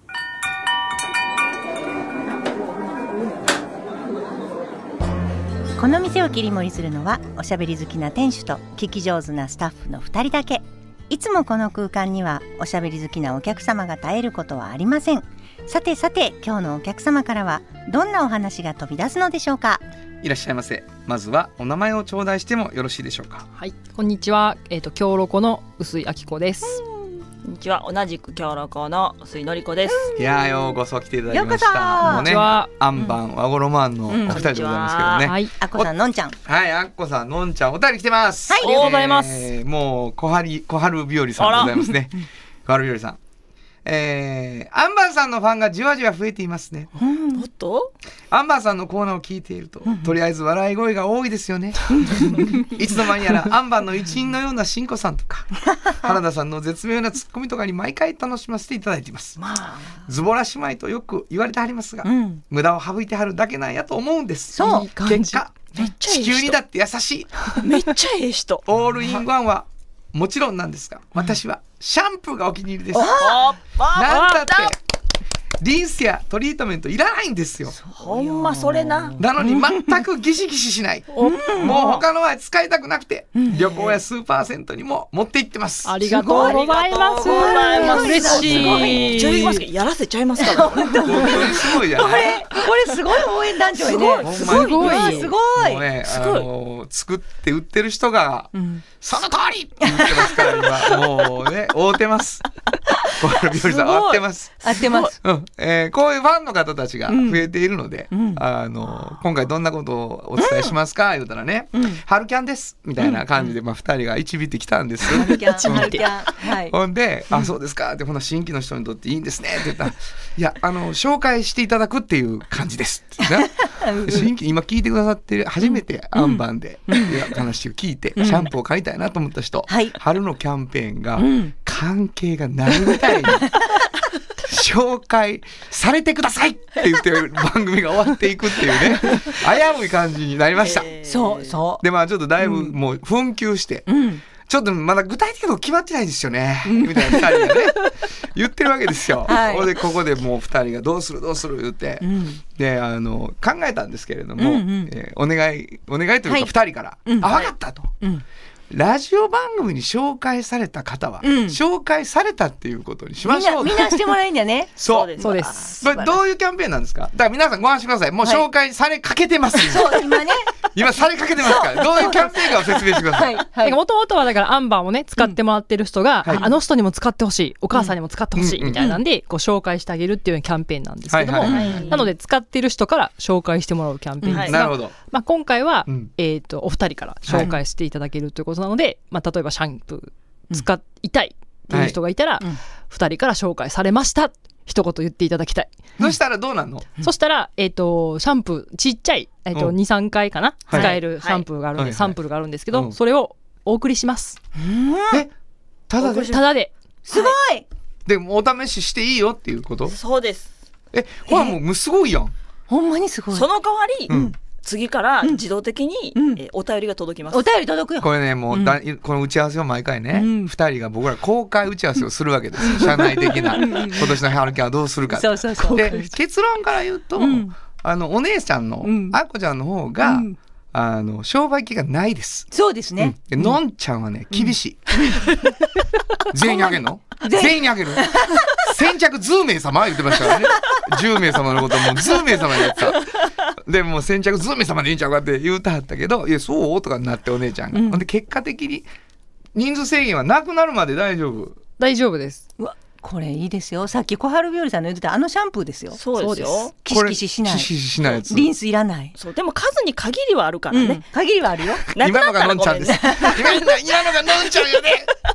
この店を切り盛りするのはおしゃべり好きな店主と聞き上手なスタッフのふたりだけ。いつもこの空間にはおしゃべり好きなお客様が絶えることはありません。さてさて今日のお客様からはどんなお話が飛び出すのでしょうか。 いらっしゃいませ。まずはお名前を頂戴してもよろしいでしょうか。 はい、こんにちは。えっ、ー、と京ロコの薄井明子です。 こんにちは。同じく京ロコの薄井のり子です。 いやようこそ来ていただきました。もうね、アンバン和衣マンのお二人でございますけどね。 はい、あっこさんのんちゃん。 はい、あっこさんのんちゃんお便り来てます。 はい、ありがとうございます。 えー、もう小春小春日和さんでございますね。小春日和さん。えー、アンバンさんのファンがじわじわ増えていますね。 うん、もっとアンバンさんのコーナーを聞いていると、うん、とりあえず笑い声が多いですよね。いつの間にやらアンバンの一員のようなしんこさんとか原田さんの絶妙なツッコミとかに毎回楽しませていただいています、まあ、ズボラ姉妹とよく言われてはりますが、うん、無駄を省いてはるだけなんやと思うんです。 そういい結果めっちゃいい人地球にだって優しいめっちゃいい人オールインワンはもちろんなんですが、私はシャンプーがお気に入りです。なんだってリンスやトリートメントいらないんですよ。 ほんまそれな。 なのに全くギシギシしない、うん、もう他のは使いたくなくて、うん、旅行やスーパー銭湯にも持って行ってます。 ありがとうございます。嬉しい。 ちょいますやらせちゃいますから本当にすごいじゃない。 これこれすごい応援団長やね。 すごいすごいすごい。 もうね、あの作って売ってる人が、うん、その通りって言ってますから今もうね合うてます。小原日和さん合ってます。 合ってます。 うん、えー、こういうファンの方たちが増えているので、うん、あの今回どんなことをお伝えしますか、うん、言うたらね、うん、春キャンですみたいな感じで、まあ、ふたりが一尾ってきたんですよ。 春キャン春キャン、はい、 ほんで、あそうですかってほな新規の人にとっていいんですねって言ったらいやあの紹介していただくっていう感じですって、ね、新規今聞いてくださって初めてアンバンで、うん、話を聞いて、うん、シャンプーを買いたいなと思った人、はい、春のキャンペーンが、うん、関係がないみたいに紹介されてくださいって言って番組が終わっていくっていうね危うい感じになりました。 そうそうでまあちょっとだいぶもう紛糾して、うん、ちょっとまだ具体的なこと決まってないんですよね、うん、みたいなふたりがね言ってるわけですよ、はい、ここでここでもうふたりがどうするどうする言って、うん、であの考えたんですけれども、うんうん、えー、お願いお願いというかふたりから、はい、あ分かったと、はい、うんラジオ番組に紹介された方は、うん、紹介されたっていうことにしましょう。 みんなしてもらえんだね。 そうそうです。 これどういうキャンペーンなんですか。だから皆さんご安心ください。もう紹介されかけてます、 はい、そう今ね今されかけてますからどういうキャンペーンかを説明してください。 もともとはだからアンバーをね使ってもらってる人が、うん、あの人にも使ってほしいお母さんにも使ってほしい、うん、みたいなんでご紹介してあげるっていうキャンペーンなんですけども、はいはいはい、なので使ってる人から紹介してもらうキャンペーンですが、うん、なるほど、まあ、今回は、うん、えーとお二人から紹介していただけるということなので、はいまあ、例えばシャンプー使いたいっていう人がいたら、うんはい、ふたりから紹介されました一言言っていただきたい。 そしたらどうなんの、 うん、そしたら、えーと、シャンプーちっちゃい、えーと、にさんかいかな、はい、使えるシャンプーがあるんで、はい、サンプルがあるんですけど、はい、それをお送りします。 えただでただですごい、はい、 でもお試ししていいよっていうこと。 そうです。 えほらもうすごいやん。 ほんまにすごい。 その代わり、うん次から自動的に、うんえー、お便りが届きます。 お便り届くよ。 これねもうだ、うん、この打ち合わせを毎回ね、うん、ふたりが僕ら公開打ち合わせをするわけですよ社内的な今年の春キャンはどうするかそうそうそうで結論から言うと、うん、あのお姉ちゃんの、うん、あっこちゃんの方が、うん、あの商売気がないです。 そうですね、 うん、でのんちゃんはね厳しい、うん、全員にあげるの全員にあげる先着じゅうめい様言ってましたからねじゅうめい様のこともうじゅうめい様にやったでもう先着じゅうめい様でいいんちゃうかって言うたはったけどいやそうとかになってお姉ちゃんが、うん、で結果的に人数制限はなくなるまで大丈夫大丈夫です。 うわこれいいですよ。さっき小春日和さんの言ってたあのシャンプーですよ。 そうですよ。 キシキシしないキシキシしないやつリンスいらない。 そうでも数に限りはあるからね、うん、 限りはあるよ今のがのんちゃんです今のがのんちゃんよね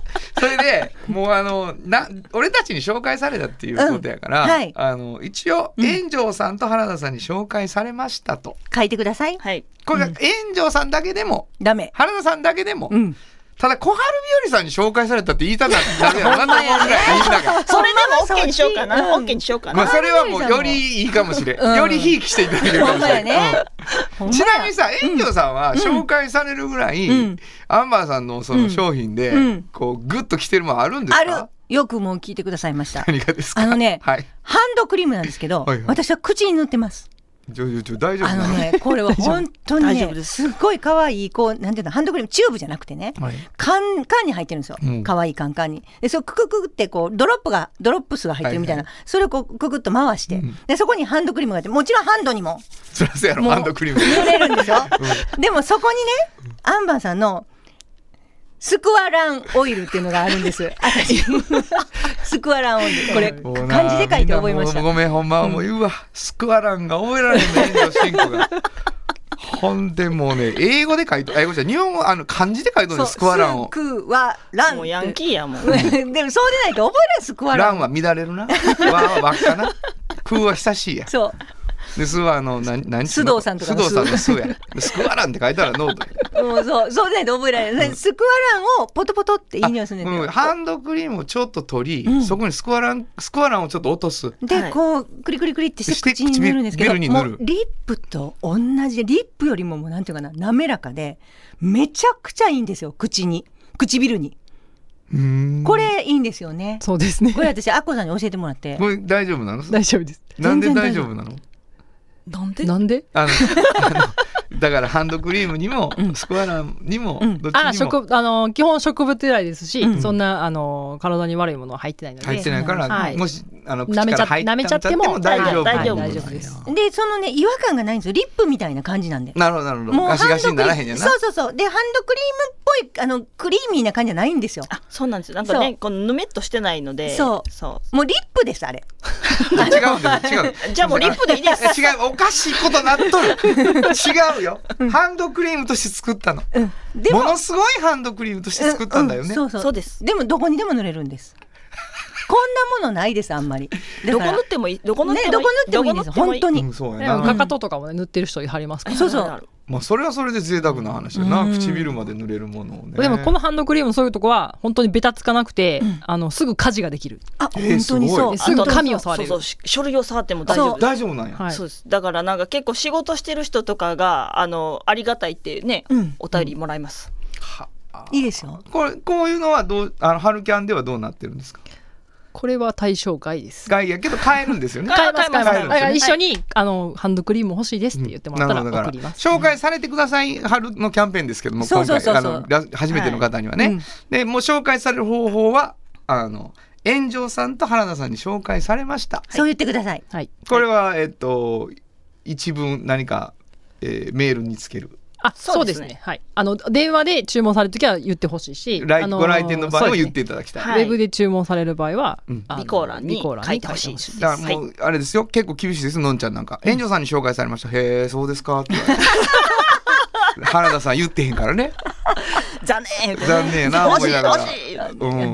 それでもうあのな俺たちに紹介されたっていうことやから、 うんはい、 あの一応炎上さんと原田さんに紹介されましたと書いてください。 はい。 これが炎上さんだけでも、 うん、ダメ。 原田さんだけでも、 うん、 ただ小春日和さんに紹介されたって言いたくなるやろなと思うぐらいみんながそれでも OK にしようかな、うん、OK にしようかな、 まあ、それはもうよりいいかもしれん、うん、よりひいきしていただけるかもしれん、ねうん、ちなみにさ炎上さんは紹介されるぐらい、うん、アンバーさんのその商品で、うん、こうグッときてるもんあるんですか？ ある。よくもう聞いてくださいました。 何がですか？ あのね、 はい、 ハンドクリームなんですけど、はいはい、私は口に塗ってます。 ちょちょちょ大丈夫なの？ あのね、これは本当にね、すっごい可愛いこうなんていうのハンドクリームチューブじゃなくてね、はい、缶缶に入ってるんですよ。可愛い缶缶に。で、そくくくってこうドロップがドロップスが入ってるみたいな、はいはい、それをこうくくっと回して、うん、でそこにハンドクリームがあって、もちろんハンドにもそらそうやろハンドクリーム塗れるんですよ。うん、でもそこにね、アンバーさんのスクワランオイルっていうのがあるんです。スクワランオイル。これ漢字で書いて覚えました。 ごめんほんまもう言うわ、うん、スクワランが覚えられへんね炎上進行が。ほんでもうね英語で書いて、英語じゃ日本語あの漢字で書いてるんですスクワランを。 スクワラン。 もうヤンキーやもん。 でもそうでないと覚えられるスクワラン。 ランは乱れるな。ワは輪っかな。クーは久しいや。 そう。 でスはあの何何須藤さんとか須藤さんのスやスクワランって書いたらノートもうそうそうでないと覚えられない、うん、スクワランをポトポトって言いにはするんだけど、 ハンドクリームをちょっと取り、うん、そこにスクワランスクワランをちょっと落とすで、はい、こうクリクリクリってして口に塗るんですけど、もうリップと同じでリップよりももうなんていうかな滑らかでめちゃくちゃいいんですよ。口に唇にうーんこれいいんですよね。 そうですね。 これ私アッコさんに教えてもらって。 これ大丈夫なの？ 大丈夫です。 なんで大丈夫なの？ なんでなんであのあのだからハンドクリームにも、うん、スクワランにも、うん、どっちにもあ植あの基本植物由来ですし、うん、そんなあの体に悪いものは入ってないので入ってないから、はい、もしあの口から入舐めちゃっても大丈夫、 はい、大丈夫大丈夫です。 でそのね違和感がないんですよ。リップみたいな感じなんで。 なるほどなるほど。ガシガシにならへんやな。 そうそうそうでハンドクリームっぽいあのクリーミーな感じじゃないんですよ。 あそうなんですよ。なんかねこのぬめっとしてないのでそうそうもうリップですあれ。 違うんだよ違う。 じゃあもうリップでいいです。 違うおかしいことなっとる。違うよ、うん、ハンドクリームとして作ったの、うん、でもものすごいハンドクリームとして作ったんだよね、 うんうん、そうそうそうです。でもどこにでも塗れるんです。こんなものないですあんまり。 どこ塗ってもいいどこ塗ってもいい、 ね、どこ塗ってもいいんです本当に、 うん、そうやなかかととかもね塗ってる人いはりますから、ね、 そうそうまあそれはそれで贅沢な話だな、うん、唇まで塗れるものをね。 でもこのハンドクリームのそういうとこは本当にベタつかなくて、うん、あのすぐ家事ができる。 あ、えー、本当にそう。 すぐ紙を触れる。 そうそう書類を触っても大丈夫。 大丈夫なんや、 はい、そうです。だからなんか結構仕事してる人とかがあのありがたいってね、うん、お便りもらいます、 うん、はいいですよ。 これこういうのはどうあのハルキャンではどうなってるんですか？ これは対象外です。 外やけど買えるんですよね。 買えます買えます。だから一緒に、はい、あのハンドクリーム欲しいですって言ってもらったら送ります。 紹介されてください春のキャンペーンですけども、今回あの初めての方にはね、はいうん、でもう紹介される方法はあの炎上さんと原田さんに紹介されました。 そう言ってください。 はい。 これはえっと一文何か、えー、メールにつける。 あ、そうですね。はい。あの電話で注文されるときは言ってほしいし、 来あのー、ご来店の場合も言っていただきたい。 ねはい、ウェブで注文される場合は、 うん、備考欄に書いてほしいです。 だからもうあれですよ。結構厳しいです。のんちゃんなんか、炎上さんに紹介されました。へえ、そうですかって言われて。原田さん言ってへんからね。 残念。 残念やな思いながら。 欲しい欲しい。 うん。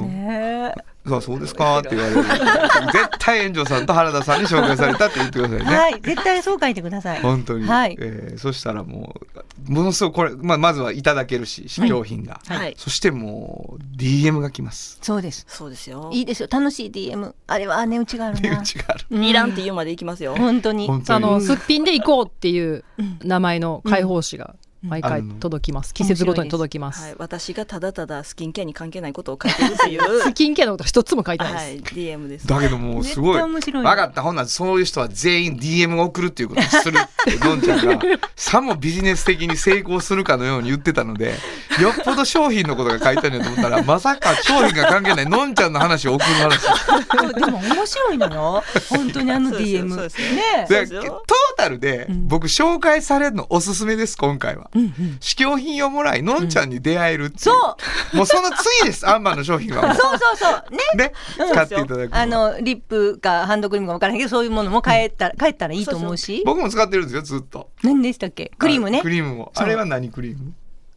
そうそうですかって言われる。絶対炎上さんと原田さんに紹介されたって言ってくださいね。 はい、絶対そう書いてください。 本当に。はい。えー、そしたらもうものすごくこれ、まあ、まずはいただけるし試供品が、はい、そしてもう ディーエム が来ます。 そうです。 そうですよ。 いいですよ。楽しい ディーエム。あれは値打ちがあるな。 値打ちがある。 いらんって言うまで行きますよ。 本当に。 本当にあのすっぴんで行こうっていう名前の開放誌が。毎回届きます。季節ごとに届きます。 はい、私がただただスキンケアに関係ないことを書いてるというスキンケアのこと一つも書いてないです。 はい、ディーエム です。 だけどもうすごい。分かった。ほんならそういう人は全員 ディーエム を送るっていうことをするってのんちゃんがさもビジネス的に成功するかのように言ってたので、よっぽど商品のことが書いてあるんやと思ったら、まさか商品が関係ないのんちゃんの話を送る話。 でも面白いのよ。本当にあの ディーエム。 そうですよ。 ね。 トータルで僕紹介されるのおすすめです今回は。うんうん商品をもらいのんちゃんに出会えるっていう、そうもうその次ですアンバーの商品はそうそうそうねね使っていただくあのリップかハンドクリームか分からないけどそういうものも買えたら、うん、買えたらいいと思うしそうそう僕も使ってるんですよずっと。 何でしたっけクリームねクリームもあれは何クリーム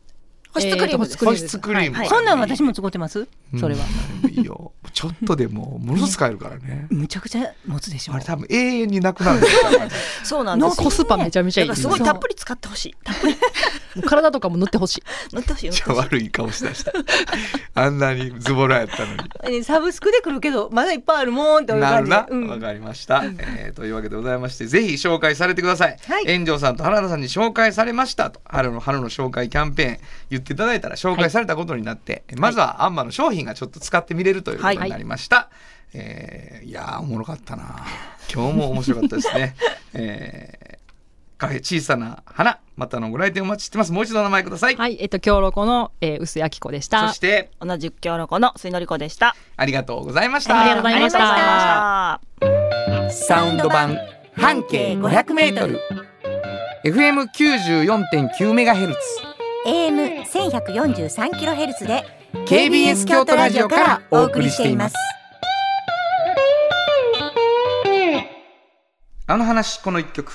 保湿クリームです。 保湿クリーム、 はい、そんなん私も使ってます、うん、それは。 いいよ、ちょっとでももの使えるからね。 むちゃくちゃ持つでしょ。 あれ多分永遠になくなるんですから、ね、 そうなんですよ。 コスパめちゃめちゃいい。 だからすごいたっぷり使ってほしい。たっぷりもう体とかも塗ってほしい。 塗ってほしい。 悪い顔しだした。あんなにズボラやったのに。 サブスクで来るけどまだいっぱいあるもんってなるな。わ、うん、かりました、えー。というわけでございまして、ぜひ紹介されてください。はい、炎上さんと原田さんに紹介されましたと、春の春の紹介キャンペーン言っていただいたら紹介されたことになって、はい、まずはアンマの商品がちょっと使ってみれるということになりました。はい、えー、いやーおもろかったな。今日も面白かったですね。えーカフェ小さな花、またのご来店お待ちしてます。もう一度お名前ください。 はい、えっと京ロコの、えー、臼井明子でした。 そして同じく京ロコの水のり子でした。 ありがとうございました。 ありがとうございました。サウンド版半径ごひゃくメートル エフエムきゅうじゅうよんてんきゅうメガヘルツエーエムせんひゃくよんじゅうさんキロヘルツ でケービーエス 京都ラジオからお送りしています。 あの話この一曲。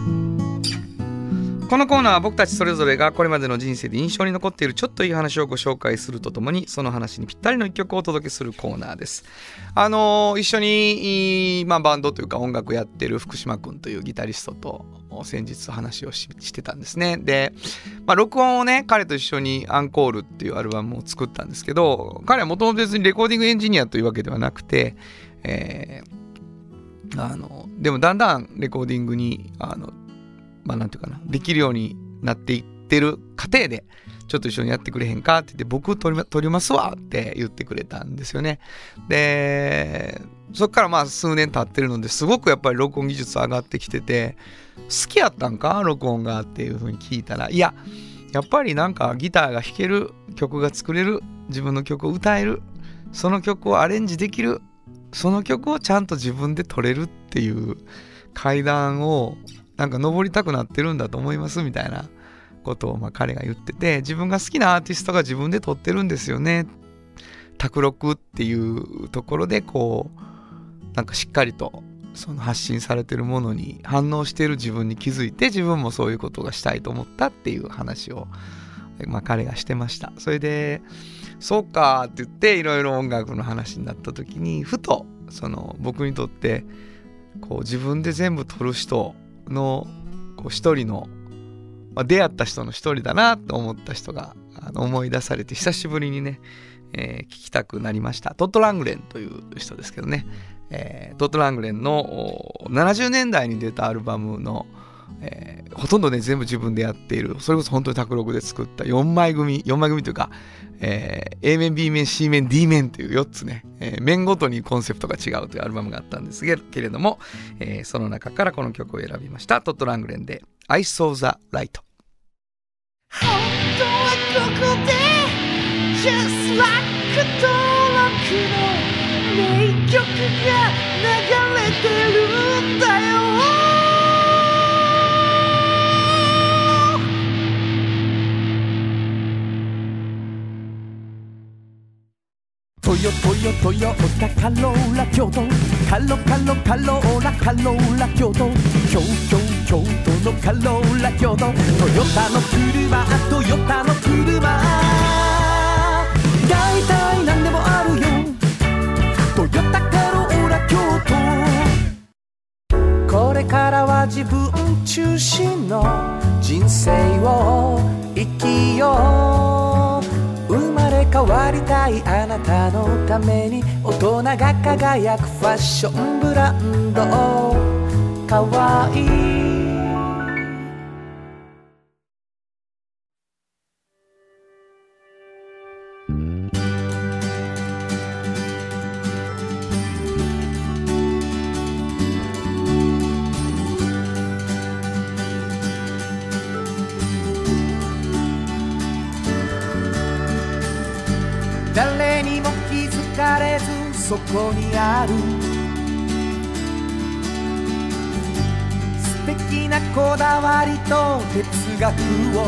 このコーナーは僕たちそれぞれがこれまでの人生で印象に残っているちょっといい話をご紹介するとともに、その話にぴったりの一曲をお届けするコーナーです。あのー、一緒に、まあ、バンドというか音楽やってる福島くんというギタリストと先日話を し, してたんですね。で、まあ、録音をね彼と一緒にアンコールっていうアルバムを作ったんですけど、彼はもともと別にレコーディングエンジニアというわけではなくて、えー、あのでもだんだんレコーディングにあのまあなんていうかな、できるようになっていってる過程でちょっと一緒にやってくれへんかって言って、僕撮り、撮りますわって言ってくれたんですよね。でそっからまあ数年経ってるので、すごくやっぱり録音技術上がってきてて、好きやったんか録音がっていう風に聞いたら、いややっぱりなんかギターが弾ける、曲が作れる、自分の曲を歌える、その曲をアレンジできる、その曲をちゃんと自分で撮れるっていう階段をなんか登りたくなってるんだと思いますみたいなことをまあ彼が言ってて、自分が好きなアーティストが自分で撮ってるんですよね。卓録っていうところでこうなんかしっかりとその発信されてるものに反応している自分に気づいて、自分もそういうことがしたいと思ったっていう話をまあ彼がしてました。それでそうかって言っていろいろ音楽の話になった時に、ふとその僕にとってこう自分で全部撮る人のこう一人の、まあ、出会った人の一人だなと思った人があの思い出されて、久しぶりにね、えー、聞きたくなりました。トット・ラングレンという人ですけどね、えー、トット・ラングレンのななじゅうねんだいに出たアルバムの、えー、ほとんどね全部自分でやっている、それこそ本当に卓録で作ったよんまい組よんまい組というか、えー、A 面 B 面 C 面 D 面というよっつね、えー、面ごとにコンセプトが違うというアルバムがあったんですけれども、えー、その中からこの曲を選びました。トット・ラングレンで I Saw the Light。 本当はここで Just like 登録の名曲が流れてるんだよ。 トヨトヨトヨタカローラ京都、カロカロカローラカローラ京都、京京京都のカローラ京都、トヨタの車トヨタの車、だいたいなんでもあるよ、トヨタカローラ京都。これからは自分中心の人生を生きよう、生まれ変わりたいあなたのために、大人が輝くファッションブランド、かわいい。誰にも気づかれずそこにある素敵なこだわりと哲学を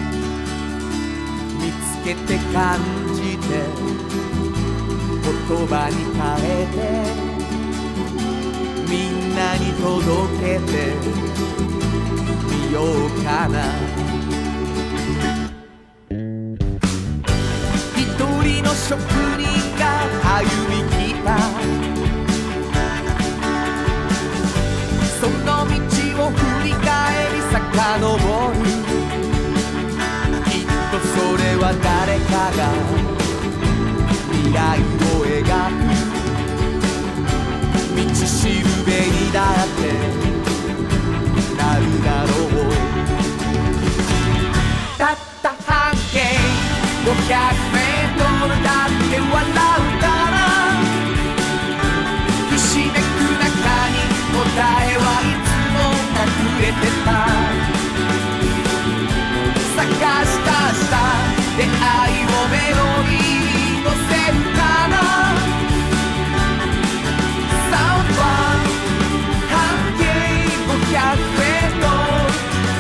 見つけて感じて言葉に変えてみんなに届けてみようかな。 職人が歩み来たその道を振り返り遡るきっとそれは誰かが未来を描く道しるべにだってなるだろうたった半径ごひゃくメートルだって笑うからひしめく中に答えはいつも隠れてた探し出した出会いをメロディーに乗せるかなサウンドは半径ごひゃくメートル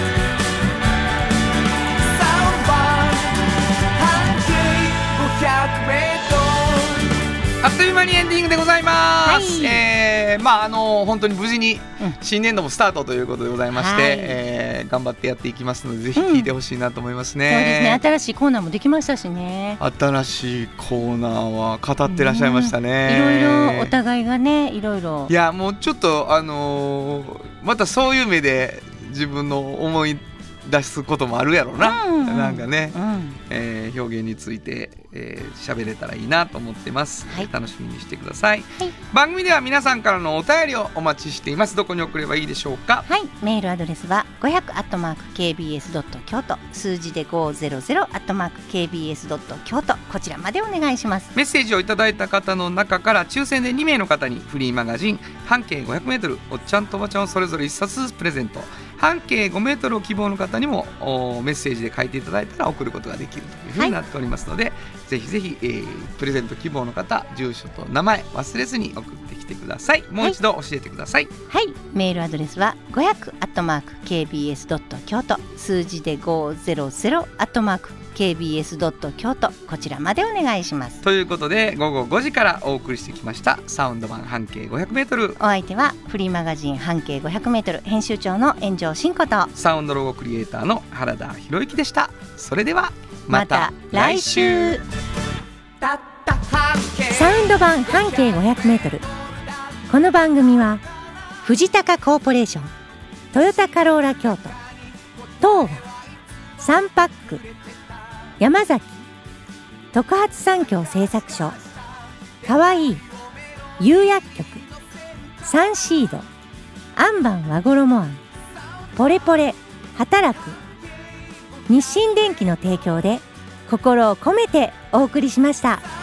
サウンドは半径ごひゃくメートルあっという間にエンディングでございます、はいえー、まああの本当に無事に新年度もスタートということでございまして、はいえー、頑張ってやっていきますのでぜひ聞いてほしいなと思いますね、 うん、そうですね新しいコーナーもできましたしね新しいコーナーは語ってらっしゃいましたね、 うん、いろいろお互いがねいろいろいやもうちょっとあのー、またそういう目で自分の思い出すこともあるやろうな、うんうん、なんかね、うんえー、表現について喋、えー、れたらいいなと思ってます、はい、楽しみにしてください、はい、番組では皆さんからのお便りをお待ちしていますどこに送ればいいでしょうかはいメールアドレスはごひゃくアットマーク ケービーエスドット 京都数字でごひゃくアットマーク ケービーエスドット 京都こちらまでお願いしますメッセージをいただいた方の中から抽選でにめいの方にフリーマガジン半径ごひゃくメートルおっちゃんとおばちゃんをそれぞれいっさつずつプレゼント半径ごメートルを希望の方にもメッセージで書いていただいたら送ることができるというふうになっておりますので、はい、ぜひぜひ、えー、プレゼント希望の方住所と名前忘れずに送ってきてくださいもう一度教えてくださいはい、はい、メールアドレスはごひゃくアットマーク ケービーエスドット 京都数字でごひゃくアットマーク ケービーエスドット 京都こちらまでお願いしますということで午後ごじからお送りしてきましたサウンド版半径ごひゃくメートルお相手はフリーマガジン半径ごひゃくメートル編集長の炎上真子とサウンドロゴクリエイターの原田博之でしたそれではまた来週、 ま、サウンド版半径ごひゃくメートルこの番組は藤高コーポレーショントヨタカローラ京都東和サンパック山崎特発産業製作所かわいい釉薬局サンシードアンバン和衣あんポレポレ働く日清電機の提供で心を込めてお送りしました。